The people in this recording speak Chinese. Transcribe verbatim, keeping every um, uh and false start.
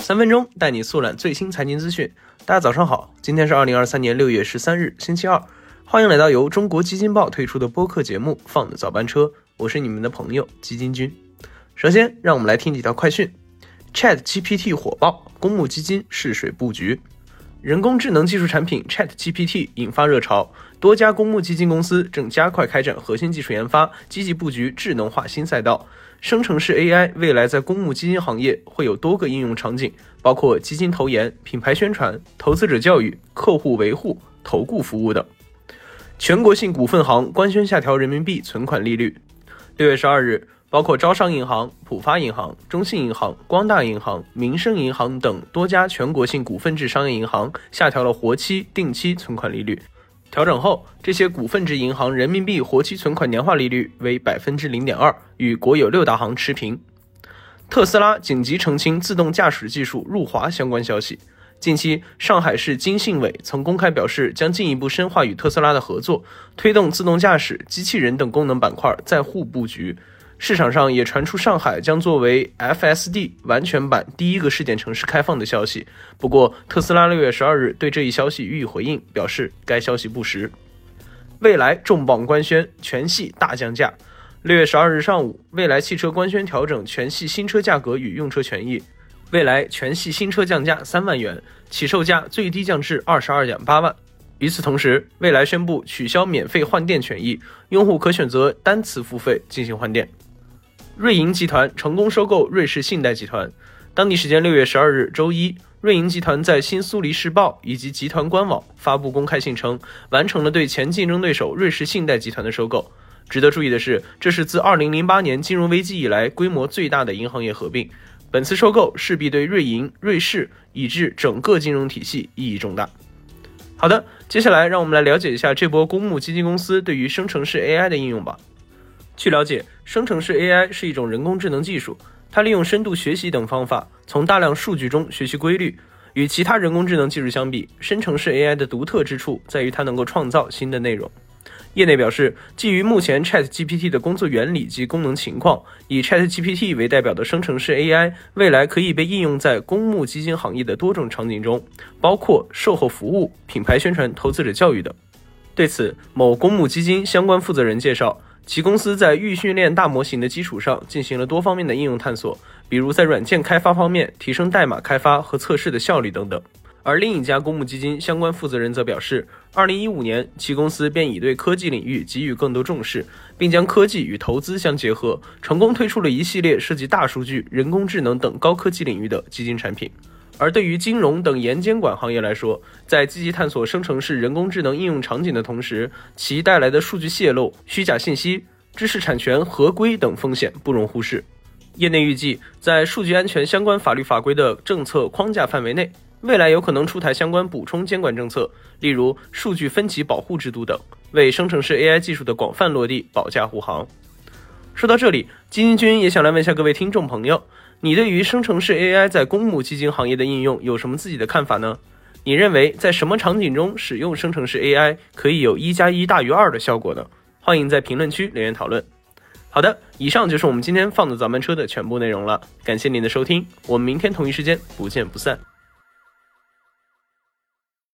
三分钟带你速览最新财经资讯。大家早上好，今天是二零二三年六月十三日，星期二。欢迎来到由中国基金报推出的播客节目《放的早班车》，我是你们的朋友基金君。首先，让我们来听几条快讯。Chat G P T 火爆，公募基金试水布局。人工智能技术产品 Chat G P T 引发热潮，多家公募基金公司正加快开展核心技术研发，积极布局智能化新赛道。生成式 A I 未来在公募基金行业会有多个应用场景，包括基金投研、品牌宣传、投资者教育、客户维护、投顾服务等。全国性股份行官宣下调人民币存款利率。六月十二日，包括招商银行、浦发银行、中信银行、光大银行、民生银行等多家全国性股份制商业银行下调了活期、定期存款利率。调整后，这些股份制银行人民币活期存款年化利率为 百分之零点二， 与国有六大行持平。特斯拉紧急澄清自动驾驶技术入华相关消息。近期，上海市经信委曾公开表示，将进一步深化与特斯拉的合作，推动自动驾驶、机器人等功能板块在沪布局。市场上也传出上海将作为 F S D 完全版第一个试点城市开放的消息。不过，特斯拉六月十二日对这一消息予以回应，表示该消息不实。蔚来重磅官宣，全系大降价。六月十二日上午，蔚来汽车官宣调整全系新车价格与用车权益。蔚来全系新车降价三万元，起售价最低降至 二十二点八万。与此同时，蔚来宣布取消免费换电权益，用户可选择单次付费进行换电。瑞银集团成功收购瑞士信贷集团。当地时间六月十二日周一，瑞银集团在新苏黎世报以及集团官网发布公开信称，完成了对前竞争对手瑞士信贷集团的收购。值得注意的是，这是自二零零八年金融危机以来规模最大的银行业合并。本次收购势必对瑞银、瑞士以至整个金融体系意义重大。好的，接下来让我们来了解一下这波公募基金公司对于生成式 A I 的应用吧。据了解，生成式 A I 是一种人工智能技术，它利用深度学习等方法，从大量数据中学习规律。与其他人工智能技术相比，生成式 A I 的独特之处在于它能够创造新的内容。业内表示，基于目前 Chat G P T 的工作原理及功能情况，以 Chat G P T 为代表的生成式 A I 未来可以被应用在公募基金行业的多种场景中，包括售后服务、品牌宣传、投资者教育等。对此，某公募基金相关负责人介绍，其公司在预训练大模型的基础上进行了多方面的应用探索，比如在软件开发方面提升代码开发和测试的效率等等。而另一家公募基金相关负责人则表示，二零一五年其公司便已对科技领域给予更多重视，并将科技与投资相结合，成功推出了一系列涉及大数据、人工智能等高科技领域的基金产品。而对于金融等严监管行业来说，在积极探索生成式人工智能应用场景的同时，其带来的数据泄露、虚假信息、知识产权合规等风险不容忽视。业内预计，在数据安全相关法律法规的政策框架范围内，未来有可能出台相关补充监管政策，例如数据分级保护制度等，为生成式 A I 技术的广泛落地保驾护航。说到这里，基金君也想来问一下各位听众朋友，你对于生成式 A I 在公募基金行业的应用有什么自己的看法呢？你认为在什么场景中使用生成式 A I 可以有一加一大于二的效果呢？欢迎在评论区留言讨论。好的，以上就是我们今天放的早班车的全部内容了，感谢您的收听，我们明天同一时间不见不散。